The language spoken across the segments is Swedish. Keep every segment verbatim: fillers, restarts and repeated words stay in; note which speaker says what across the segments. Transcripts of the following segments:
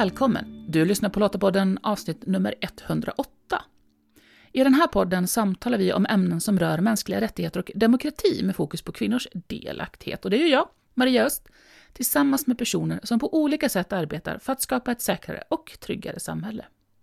Speaker 1: Välkommen! Du lyssnar på Lottapodden avsnitt nummer etthundraåtta. I den här podden samtalar vi om ämnen som rör mänskliga rättigheter och demokrati med fokus på kvinnors delaktighet. Och det är jag, Maria Öst, tillsammans med personer som på olika sätt arbetar för att skapa ett säkrare och tryggare samhälle.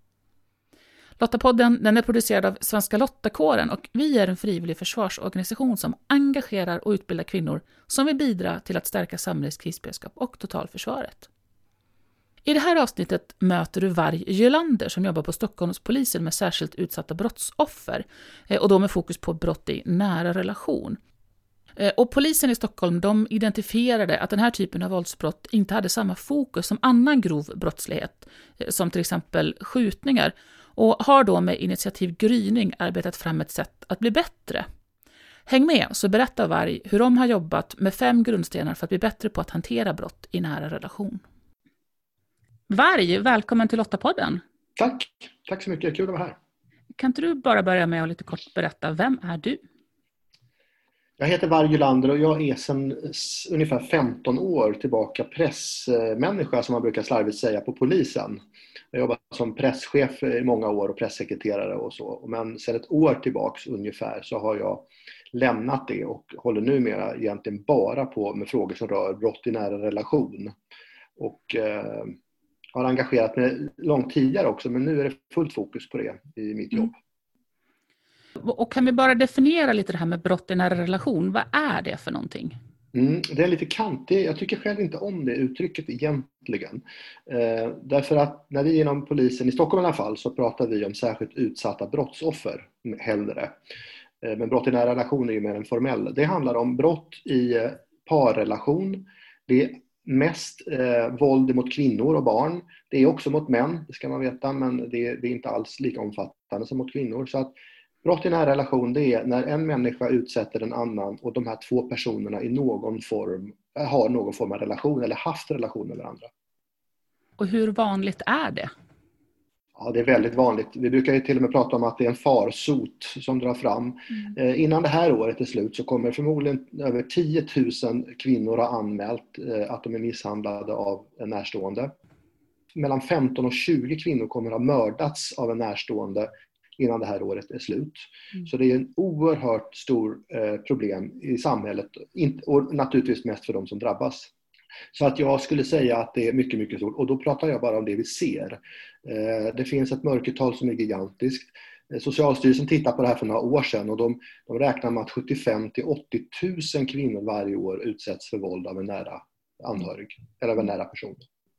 Speaker 1: Lottapodden den är producerad av Svenska Lottakåren och vi är en frivillig försvarsorganisation som engagerar och utbildar kvinnor som vill bidra till att stärka samhällets krisberedskap och totalförsvaret. I det här avsnittet möter du Varg Jölander som jobbar på Stockholmspolisen med särskilt utsatta brottsoffer och då med fokus på brott i nära relation. Och polisen i Stockholm de identifierade att den här typen av våldsbrott inte hade samma fokus som annan grov brottslighet som till exempel skjutningar och har då med initiativ Gryning arbetat fram ett sätt att bli bättre. Häng med så berättar Varg hur de har jobbat med fem grundstenar för att bli bättre på att hantera brott i nära relation. Varg, välkommen till Lottapodden.
Speaker 2: Tack, tack så mycket. Kul att vara här.
Speaker 1: Kan inte du bara börja med att lite kort berätta, vem är du?
Speaker 2: Jag heter Varg Jölander och jag är sedan ungefär femton år tillbaka pressmänniska som man brukar slarvigt säga på polisen. Jag jobbar som presschef i många år och pressekreterare och så. Men sedan ett år tillbaks ungefär så har jag lämnat det och håller numera egentligen bara på med frågor som rör brott i nära relation. Och eh, har engagerat mig långt tidigare också, men nu är det fullt fokus på det i mitt jobb.
Speaker 1: Mm. Och kan vi bara definiera lite det här med brott i nära relation? Vad är det för någonting?
Speaker 2: Mm, det är lite kantigt. Jag tycker själv inte om det uttrycket egentligen. Eh, därför att när vi inom polisen, i Stockholm i alla fall, så pratar vi om särskilt utsatta brottsoffer hellre. Eh, men brott i nära relation är ju mer än formell. Det handlar om brott i eh, parrelation. Det är mest eh, våld mot kvinnor och barn. Det är också mot män, det ska man veta, men det, det är inte alls lika omfattande som mot kvinnor. Så att brott i nära relation, det är när en människa utsätter en annan och de här två personerna i någon form har någon form av relation eller haft relation med varandra.
Speaker 1: Och hur vanligt är det?
Speaker 2: Ja, det är väldigt vanligt. Vi brukar ju till och med prata om att det är en farsot som drar fram. Mm. Eh, innan det här året är slut så kommer förmodligen över tio tusen kvinnor ha anmält eh, att de är misshandlade av en närstående. Mellan femton och tjugo kvinnor kommer ha mördats av en närstående innan det här året är slut. Mm. Så det är en oerhört stor eh, problem i samhället och naturligtvis mest för de som drabbas. Så att jag skulle säga att det är mycket, mycket stort. Och då pratar jag bara om det vi ser. Eh, det finns ett mörkertal som är gigantiskt. Eh, Socialstyrelsen tittade på det här för några år sedan och de, de räknar med att sjuttiofem till åttio tusen kvinnor varje år utsätts för våld av en nära anhörig eller av en nära person.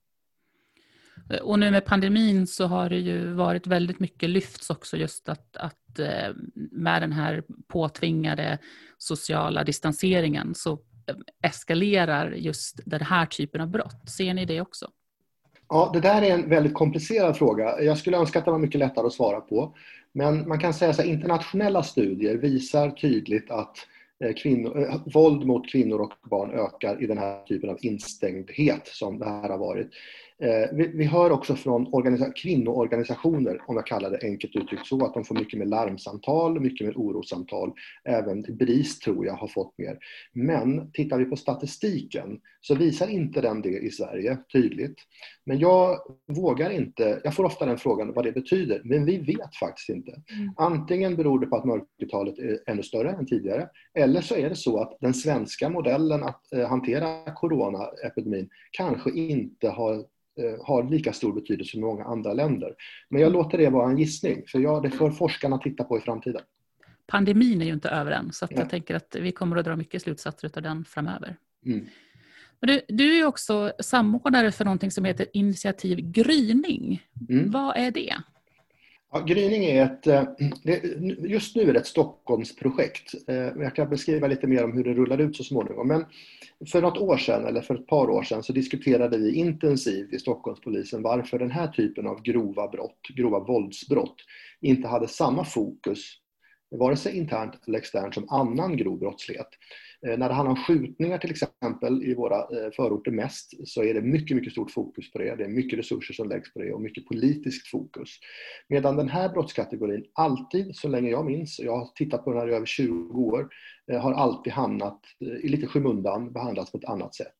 Speaker 1: Och nu med pandemin så har det ju varit väldigt mycket lyfts också just att, att med den här påtvingade sociala distanseringen så eskalerar just den här typen av brott. Ser ni det också?
Speaker 2: Ja, det där är en väldigt komplicerad fråga. Jag skulle önska att det var mycket lättare att svara på. Men man kan säga att internationella studier visar tydligt att kvinnor, våld mot kvinnor och barn ökar i den här typen av instängdhet som det här har varit. Vi, vi hör också från organisa- kvinnoorganisationer, om jag kallar det enkelt uttryckt så, att de får mycket mer larmsamtal, mycket mer orosamtal. Även B R I S tror jag har fått mer. Men tittar vi på statistiken så visar inte den det i Sverige tydligt. Men jag vågar inte, jag får ofta den frågan vad det betyder, men vi vet faktiskt inte. Mm. Antingen beror det på att mörkertalet är ännu större än tidigare, eller så är det så att den svenska modellen att eh, hantera coronaepidemin kanske inte har har lika stor betydelse som många andra länder. Men jag låter det vara en gissning, för jag, det får forskarna titta på i framtiden.
Speaker 1: Pandemin är ju inte över än, så att ja. Jag tänker att vi kommer att dra mycket slutsatser av den framöver. Mm. Men du, du är också samordnare för någonting som heter initiativ Gryning. Mm. Vad är det?
Speaker 2: Ja, Gryning är ett, det, just nu är det ett Stockholmsprojekt. Jag kan beskriva lite mer om hur det rullar ut så småningom. Men för något år sedan, eller för ett par år sedan, så diskuterade vi intensivt i Stockholmspolisen varför den här typen av grova brott, grova våldsbrott, inte hade samma fokus, vare sig internt eller externt, som annan grov brottslighet. När det handlar om skjutningar till exempel i våra förorter mest, så är det mycket, mycket stort fokus på det. Det är mycket resurser som läggs på det och mycket politiskt fokus. Medan den här brottskategorin alltid, så länge jag minns, och jag har tittat på den här i över tjugo år, har alltid hamnat i lite skymundan, behandlats på ett annat sätt.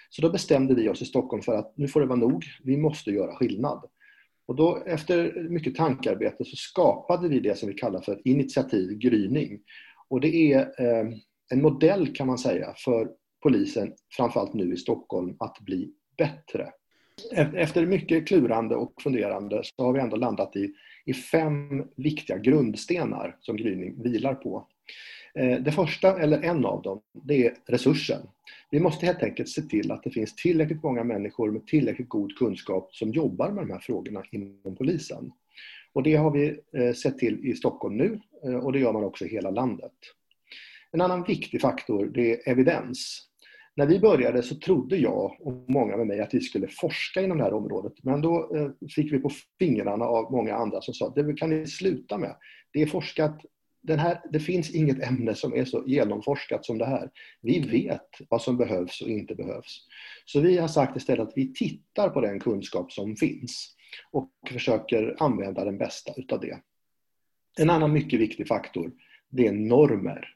Speaker 2: Så då bestämde vi oss i Stockholm för att nu får det vara nog, vi måste göra skillnad. Och då efter mycket tankarbete så skapade vi det som vi kallar för initiativ gryning. Och det är eh, en modell kan man säga för polisen, framförallt nu i Stockholm, att bli bättre. Efter mycket klurande och funderande så har vi ändå landat i, i fem viktiga grundstenar som gryning vilar på. Det första, eller en av dem, det är resursen. Vi måste helt enkelt se till att det finns tillräckligt många människor med tillräckligt god kunskap som jobbar med de här frågorna inom polisen. Och det har vi sett till i Stockholm nu, och det gör man också i hela landet. En annan viktig faktor, det är evidens. När vi började så trodde jag och många med mig att vi skulle forska inom det här området. Men då fick vi på fingrarna av många andra som sa att det kan ni sluta med. Det är forskat, den här, det finns inget ämne som är så genomforskat som det här. Vi vet vad som behövs och inte behövs. Så vi har sagt istället att vi tittar på den kunskap som finns och försöker använda den bästa utav det. En annan mycket viktig faktor, det är normer.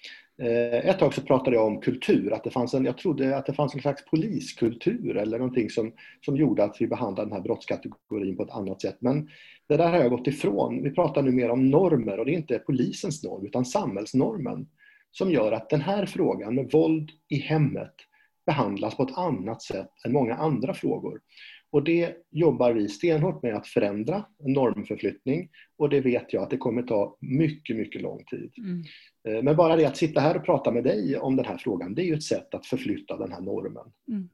Speaker 2: Ett tag så pratade jag om kultur, att det fanns en, jag trodde att det fanns en slags poliskultur eller någonting som, som gjorde att vi behandlade den här brottskategorin på ett annat sätt. Men det där har jag gått ifrån. Vi pratar nu mer om normer, och det är inte polisens norm utan samhällsnormen som gör att den här frågan med våld i hemmet behandlas på ett annat sätt än många andra frågor. Och det jobbar vi stenhårt med att förändra, en normförflyttning, och det vet jag att det kommer ta mycket, mycket lång tid. Mm. Men bara det att sitta här och prata med dig om den här frågan, det är ju ett sätt att förflytta den här normen. Mm.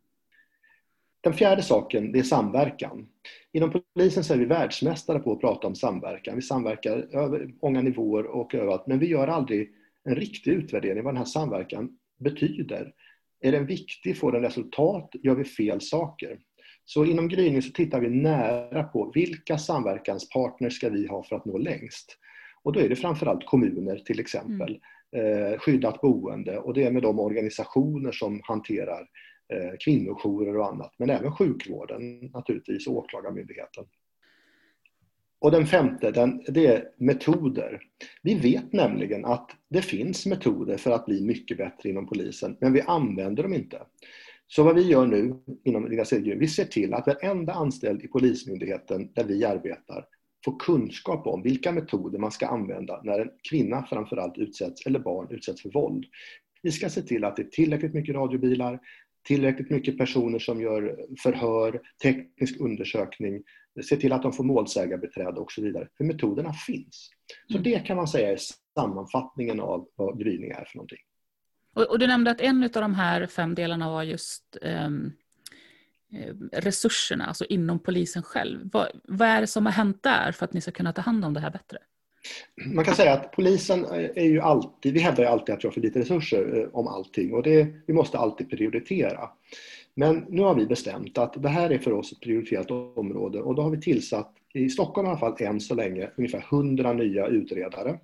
Speaker 2: Den fjärde saken, det är samverkan. Inom polisen så är vi världsmästare på att prata om samverkan. Vi samverkar över många nivåer och överallt, men vi gör aldrig en riktig utvärdering vad den här samverkan betyder. Är den viktig? Får den resultat? Gör vi fel saker? Så inom gryning så tittar vi nära på vilka samverkanspartners ska vi ha för att nå längst. Och då är det framförallt kommuner till exempel, mm. eh, skyddat boende, och det är med de organisationer som hanterar eh, kvinnojourer och annat, men även sjukvården naturligtvis, och åklagarmyndigheten. Och den femte, den, det är metoder. Vi vet nämligen att det finns metoder för att bli mycket bättre inom polisen, men vi använder dem inte. Så vad vi gör nu inom vi ser till att varenda anställd i polismyndigheten där vi arbetar får kunskap om vilka metoder man ska använda när en kvinna framförallt utsätts, eller barn utsätts för våld. Vi ska se till att det är tillräckligt mycket radiobilar, tillräckligt mycket personer som gör förhör, teknisk undersökning, se till att de får målsägarbiträde och så vidare. För metoderna finns. Så det kan man säga är sammanfattningen av vad gryning är för någonting.
Speaker 1: Och, och du nämnde att en av de här fem delarna var just um, resurserna, alltså inom polisen själv. Vad, vad är det som har hänt där för att ni ska kunna ta hand om det här bättre?
Speaker 2: Man kan säga att polisen är ju alltid, vi hävdar ju alltid att vi har för lite resurser om allting, och det, vi måste alltid prioritera. Men nu har vi bestämt att det här är för oss ett prioriterat område, och då har vi tillsatt, i Stockholm i alla fall än så länge, ungefär hundra nya utredare.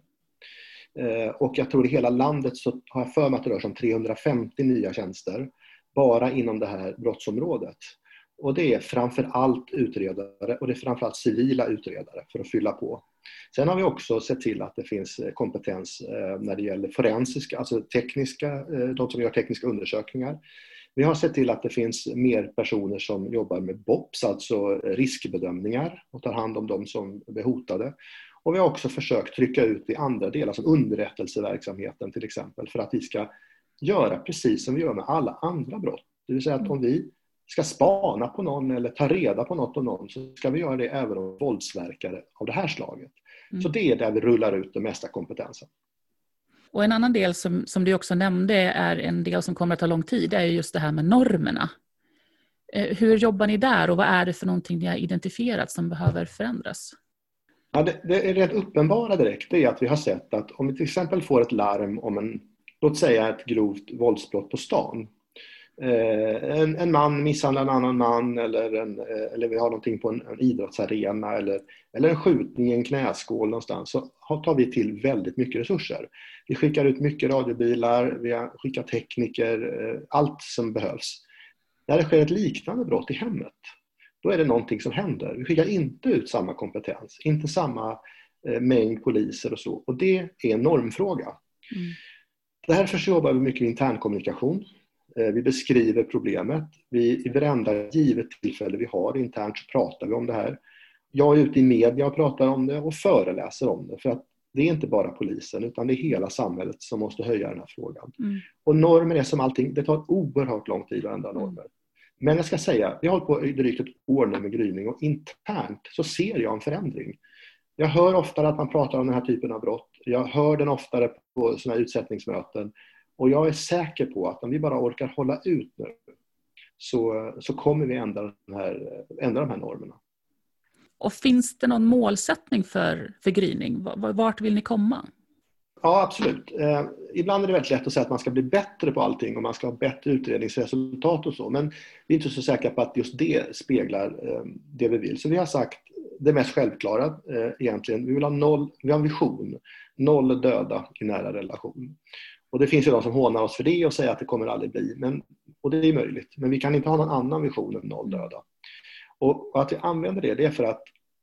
Speaker 2: Och jag tror i hela landet så har jag för mig att det rör sig om trehundrafemtio nya tjänster bara inom det här brottsområdet. Och det är framför allt utredare, och det är framför allt civila utredare för att fylla på. Sen har vi också sett till att det finns kompetens när det gäller forensiska, alltså tekniska, de som gör tekniska undersökningar. Vi har sett till att det finns mer personer som jobbar med B O P S, alltså riskbedömningar, och tar hand om de som är hotade. Och vi har också försökt trycka ut i andra delar som underrättelseverksamheten till exempel, för att vi ska göra precis som vi gör med alla andra brott. Det vill säga att om vi ska spana på någon eller ta reda på något om någon, så ska vi göra det även om våldsverkare av det här slaget. Mm. Så det är där vi rullar ut den mesta kompetensen.
Speaker 1: Och en annan del som, som du också nämnde är en del som kommer att ta lång tid, är just det här med normerna. Hur jobbar ni där, och vad är det för någonting ni har identifierat som behöver förändras?
Speaker 2: Ja, det, det är rätt uppenbara direkt, det är att vi har sett att om vi till exempel får ett larm om en, låt säga ett grovt våldsbrott på stan. Eh, en, en man misshandlar en annan man, eller, en, eller vi har någonting på en, en idrottsarena, eller, eller en skjutning i en knäskål någonstans, så tar vi till väldigt mycket resurser. Vi skickar ut mycket radiobilar, vi skickar tekniker, eh, allt som behövs. När det sker ett liknande brott i hemmet, då är det någonting som händer. Vi skickar inte ut samma kompetens, inte samma eh, mängd poliser och så. Och det är en normfråga. Mm. Därför så jobbar vi mycket med internkommunikation. Vi beskriver problemet. Vi, I varenda givet tillfälle vi har internt så pratar vi om det här. Jag är ute i media och pratar om det och föreläser om det. För att det är inte bara polisen utan det är hela samhället som måste höja den här frågan. Mm. Och normer är som allting, det tar oerhört lång tid att ändra normer. Mm. Men jag ska säga, vi har hållit på i drygt ett år nu med gryning och internt så ser jag en förändring. Jag hör oftare att man pratar om den här typen av brott. Jag hör den oftare på såna här utsättningsmöten. Och jag är säker på att om vi bara orkar hålla ut nu så, så kommer vi ändra, den här, ändra de här normerna.
Speaker 1: Och finns det någon målsättning för, för gryning? Vart vill ni komma?
Speaker 2: Ja, absolut. Eh, ibland är det väldigt lätt att säga att man ska bli bättre på allting och man ska ha bättre utredningsresultat och så. Men vi är inte så säkra på att just det speglar eh, det vi vill. Så vi har sagt det mest självklara eh, egentligen. Vi vill ha noll, vi har en vision. Noll döda i nära relation. Och det finns ju de som hånar oss för det och säger att det kommer aldrig bli. Men, och det är möjligt. Men vi kan inte ha någon annan vision än noll döda. Och att vi använder det, det är för att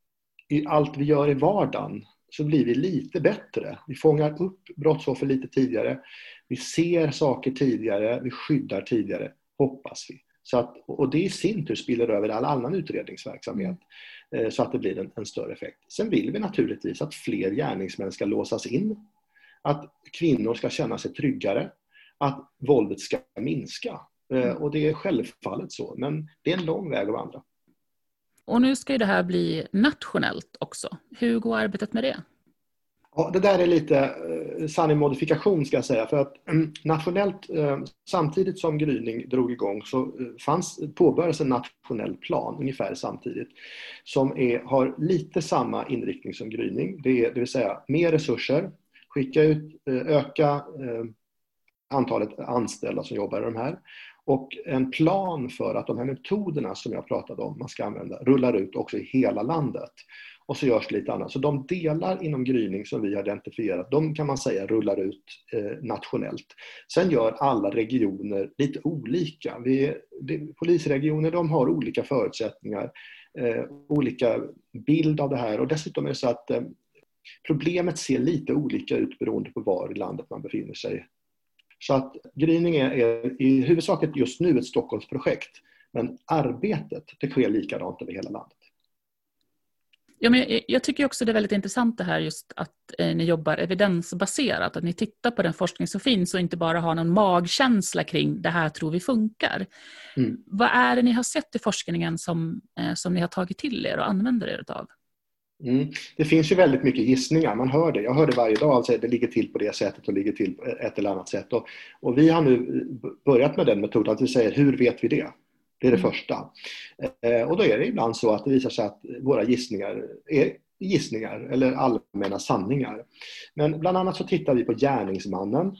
Speaker 2: i allt vi gör i vardagen så blir vi lite bättre. Vi fångar upp brottsoffer lite tidigare. Vi ser saker tidigare. Vi skyddar tidigare, hoppas vi. Så att, och det i sin tur spiller över all annan utredningsverksamhet eh, så att det blir en, en större effekt. Sen vill vi naturligtvis att fler gärningsmän ska låsas in. Att kvinnor ska känna sig tryggare. Att våldet ska minska. Eh, och det är självfallet så. Men det är en lång väg att vandra.
Speaker 1: Och nu ska ju det här bli nationellt också. Hur går arbetet med det?
Speaker 2: Ja, det där är lite eh, sanning modifikation ska jag säga. För att eh, nationellt, eh, samtidigt som gryning drog igång så eh, fanns, påbörjades en nationell plan ungefär samtidigt. Som är, har lite samma inriktning som gryning. Det, är, det vill säga mer resurser, skicka ut, eh, öka eh, antalet anställda som jobbar i de här. Och en plan för att de här metoderna som jag pratade om man ska använda rullar ut också i hela landet. Och så görs lite annat. Så de delar inom gryning som vi har identifierat, de kan man säga rullar ut eh, nationellt. Sen gör alla regioner lite olika. Vi, det, polisregioner de har olika förutsättningar, eh, olika bild av det här. Och dessutom är det så att eh, problemet ser lite olika ut beroende på var i landet man befinner sig. Så att gryning är, är i huvudsak just nu ett Stockholmsprojekt. Men arbetet det sker likadant över hela landet.
Speaker 1: Ja, men jag, jag tycker också det är väldigt intressant det här just att eh, ni jobbar evidensbaserat. Att ni tittar på den forskning som finns och inte bara har någon magkänsla kring det här tror vi funkar. Mm. Vad är det ni har sett i forskningen som, eh, som ni har tagit till er och använder er av?
Speaker 2: Mm. Det finns ju väldigt mycket gissningar, man hör det. Jag hör det varje dag, alltså det ligger till på det sättet och ligger till på ett eller annat sätt. Och, och vi har nu börjat med den metoden att vi säger, hur vet vi det? Det är det mm. första. Eh, och då är det ibland så att det visar sig att våra gissningar är gissningar eller allmänna sanningar. Men bland annat så tittar vi på gärningsmannen.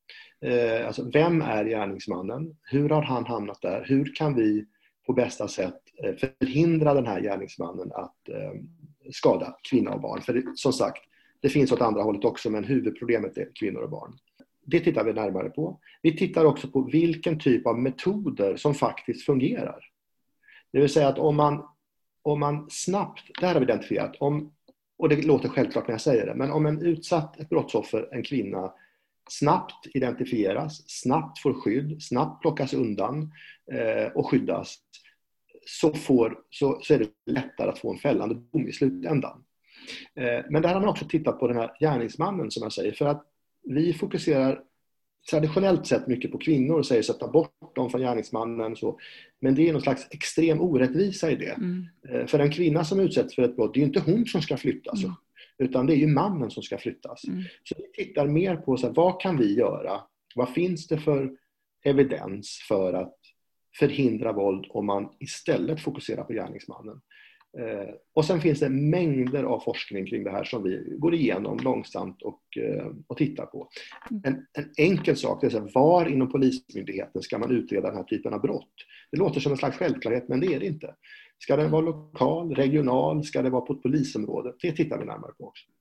Speaker 2: Eh, alltså vem är gärningsmannen? Hur har han hamnat där? Hur kan vi på bästa sätt förhindra den här gärningsmannen att eh, skada kvinnor och barn? För det, som sagt, det finns åt andra hållet också, men huvudproblemet är kvinnor och barn. Det tittar vi närmare på. Vi tittar också på vilken typ av metoder som faktiskt fungerar. Det vill säga att om man, om man snabbt, det här har vi identifierat, om, och det låter självklart när jag säger det, men om en utsatt, ett brottsoffer, en kvinna, snabbt identifieras, snabbt får skydd, snabbt plockas undan eh, och skyddas, så, får, så, så är det lättare att få en fällande dom i slutändan. Eh, men där har man också tittat på den här gärningsmannen som jag säger, för att vi fokuserar traditionellt sett mycket på kvinnor och säger sätta bort dem från gärningsmannen. Så. Men det är någon slags extrem orättvisa i det. Mm. Eh, för en kvinna som utsätts för ett brott, det är inte hon som ska flyttas. Mm. Utan det är ju mannen som ska flyttas. Mm. Så vi tittar mer på så här, vad kan vi göra? Vad finns det för evidens för att förhindra våld om man istället fokuserar på gärningsmannen? Eh, och sen finns det mängder av forskning kring det här som vi går igenom långsamt och, eh, och tittar på. En, en enkel sak är att säga, var inom polismyndigheten ska man utreda den här typen av brott? Det låter som en slags självklarhet, men det är det inte. Ska den vara lokal, regional, ska det vara på ett polisområde? Det tittar vi närmare på också.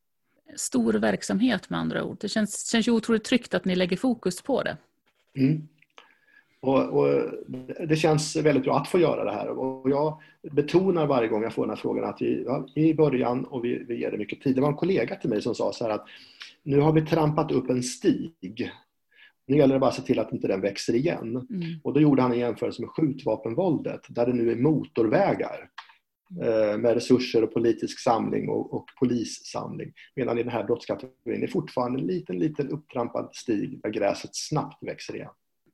Speaker 1: Stor verksamhet med andra ord. Det känns, känns ju otroligt tryggt att ni lägger fokus på det.
Speaker 2: Mm. Och, och det känns väldigt bra att få göra det här. Och jag betonar varje gång jag får den här frågan att vi, ja, i början, och vi, vi ger det mycket tid. Det var en kollega till mig som sa så här att nu har vi trampat upp en stig. Nu gäller det bara att se till att inte den växer igen.
Speaker 1: Mm.
Speaker 2: Och då gjorde han en jämförelse med skjutvapenvåldet, där det nu är motorvägar eh, med resurser och politisk samling och, och polissamling. Medan i den här brottskategorin är fortfarande en liten, liten upptrampad stig där gräset snabbt växer igen.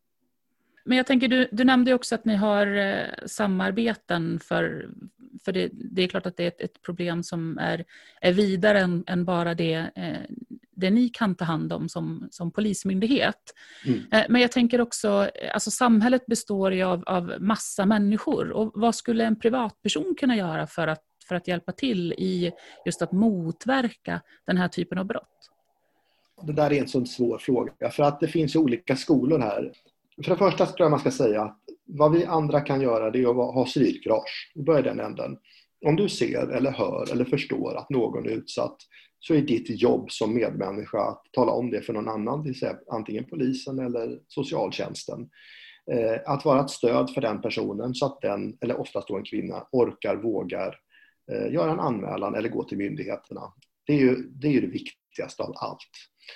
Speaker 1: Men jag tänker, du, du nämnde också att ni har eh, samarbeten för, för det, det är klart att det är ett, ett problem som är, är vidare än, än bara det, eh, det ni kan ta hand om som, som polismyndighet.
Speaker 2: Mm.
Speaker 1: Eh, men jag tänker också, alltså samhället består ju av, av massa människor, och vad skulle en privatperson kunna göra för att, för att hjälpa till i just att motverka den här typen av brott?
Speaker 2: Det där är en sån svår fråga, för att det finns ju olika skolor här. För det första tror jag man ska säga att vad vi andra kan göra, det är att ha civilkurage. Vi börjar den änden. Om du ser eller hör eller förstår att någon är utsatt, så är ditt jobb som medmänniska att tala om det för någon annan, det vill säga antingen polisen eller socialtjänsten. Att vara ett stöd för den personen så att den, eller oftast då en kvinna, orkar, vågar göra en anmälan eller gå till myndigheterna. Det är ju det, är ju det viktigaste av allt.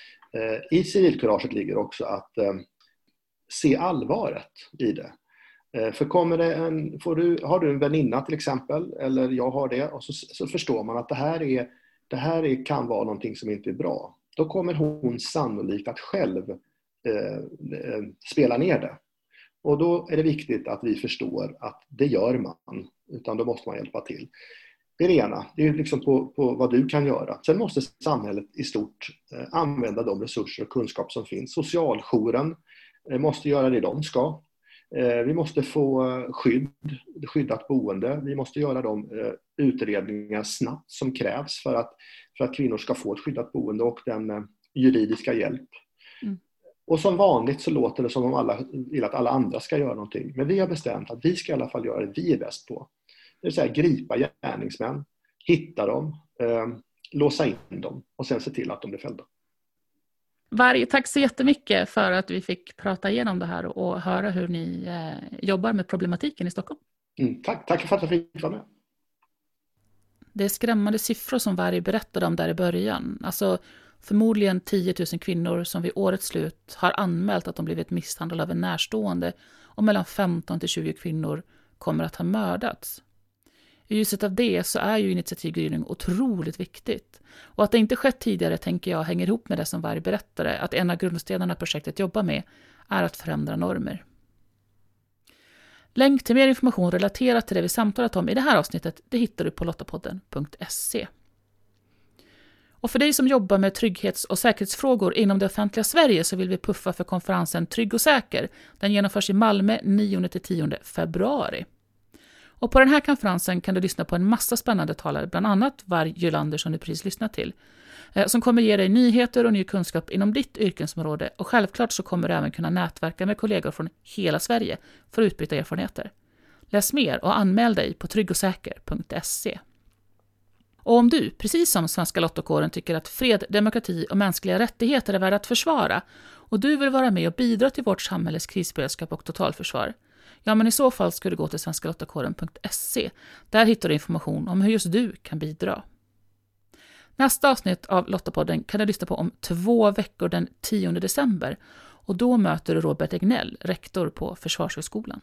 Speaker 2: I civilkuraget ligger också att se allvaret i det. För kommer det en, får du, har du en väninna till exempel, eller jag har det, och så, så förstår man att det här, är, det här är, kan vara någonting som inte är bra. Då kommer hon sannolikt att själv eh, spela ner det. Och då är det viktigt att vi förstår att det gör man, utan då måste man hjälpa till. Det är det ena, det är liksom på, på vad du kan göra. Sen måste samhället i stort eh, använda de resurser och kunskap som finns. Socialjouren måste göra det de ska. Vi måste få skydd, skyddat boende. Vi måste göra de utredningar snabbt som krävs för att, för att kvinnor ska få ett skyddat boende och den juridiska hjälp. Mm. Och som vanligt så låter det som om alla vill att alla andra ska göra någonting. Men vi har bestämt att vi ska i alla fall göra det vi är bäst på. Det vill säga gripa gärningsmän, hitta dem, eh, låsa in dem och sen se till att de blir fällda.
Speaker 1: Varje, tack så jättemycket för att vi fick prata igenom det här och höra hur ni eh, jobbar med problematiken i Stockholm.
Speaker 2: Mm, tack, tack för att jag fick vara med.
Speaker 1: Det är skrämmande siffror som Varg berättade om där i början. Alltså förmodligen tio tusen kvinnor som vid årets slut har anmält att de blivit misshandlade av en närstående, och mellan femton till tjugo kvinnor kommer att ha mördats. I ljuset av det så är ju initiativgivning otroligt viktigt. Och att det inte skett tidigare tänker jag hänger ihop med det som Varg berättade, att en av grundstenarna projektet jobbar med är att förändra normer. Länk till mer information relaterat till det vi samtalat om i det här avsnittet, det hittar du på lottapodden punkt se. Och för dig som jobbar med trygghets- och säkerhetsfrågor inom det offentliga Sverige så vill vi puffa för konferensen Trygg och säker. Den genomförs i Malmö nionde till tionde februari. Och på den här konferensen kan du lyssna på en massa spännande talare, bland annat Varg Gylander som du precis lyssnat till, som kommer ge dig nyheter och ny kunskap inom ditt yrkesområde, och självklart så kommer du även kunna nätverka med kollegor från hela Sverige för att utbyta erfarenheter. Läs mer och anmäl dig på trygg och säker punkt se. Och om du, precis som Svenska Lottokåren, tycker att fred, demokrati och mänskliga rättigheter är värda att försvara och du vill vara med och bidra till vårt samhälles krisberedskap och totalförsvar, ja, men i så fall ska du gå till svenska lottokåren punkt se. Där hittar du information om hur just du kan bidra. Nästa avsnitt av Lottapodden kan du lyssna på om två veckor den tionde december. Och då möter du Robert Egnell, rektor på Försvarshögskolan.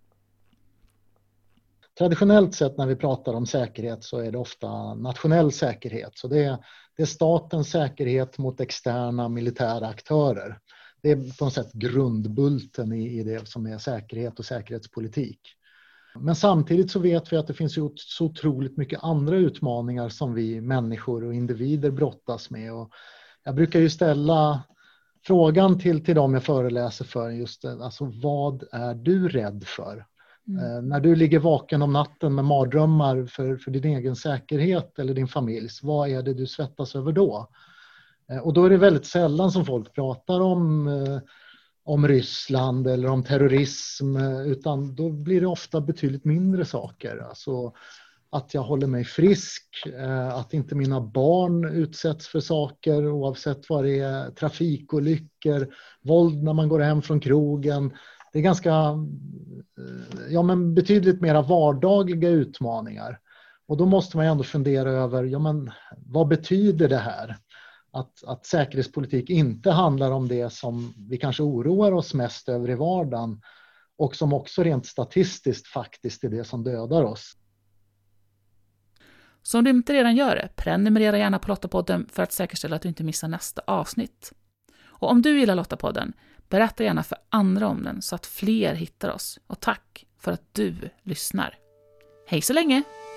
Speaker 3: Traditionellt sett när vi pratar om säkerhet så är det ofta nationell säkerhet. Så det är, det är statens säkerhet mot externa militära aktörer. Det är på något sätt grundbulten i, i det som är säkerhet och säkerhetspolitik. Men samtidigt så vet vi att det finns ju så otroligt mycket andra utmaningar som vi människor och individer brottas med. Och jag brukar ju ställa frågan till, till dem jag föreläser för, just det, alltså vad är du rädd för? Mm. Eh, när du ligger vaken om natten med mardrömmar för, för din egen säkerhet eller din familjs, vad är det du svettas över då? Eh, och då är det väldigt sällan som folk pratar om, eh, om Ryssland eller om terrorism, eh, utan då blir det ofta betydligt mindre saker. Alltså att jag håller mig frisk, eh, att inte mina barn utsätts för saker oavsett vad det är, trafikolyckor, våld när man går hem från krogen. Det är ganska, ja men betydligt mera vardagliga utmaningar. Och då måste man ändå fundera över, ja men vad betyder det här? Att, att säkerhetspolitik inte handlar om det som vi kanske oroar oss mest över i vardagen och som också rent statistiskt faktiskt är det som dödar oss.
Speaker 1: Så om du inte redan gör det, prenumerera gärna på Lottapodden för att säkerställa att du inte missar nästa avsnitt. Och om du gillar Lottapodden, berätta gärna för andra om den så att fler hittar oss. Och tack för att du lyssnar. Hej så länge!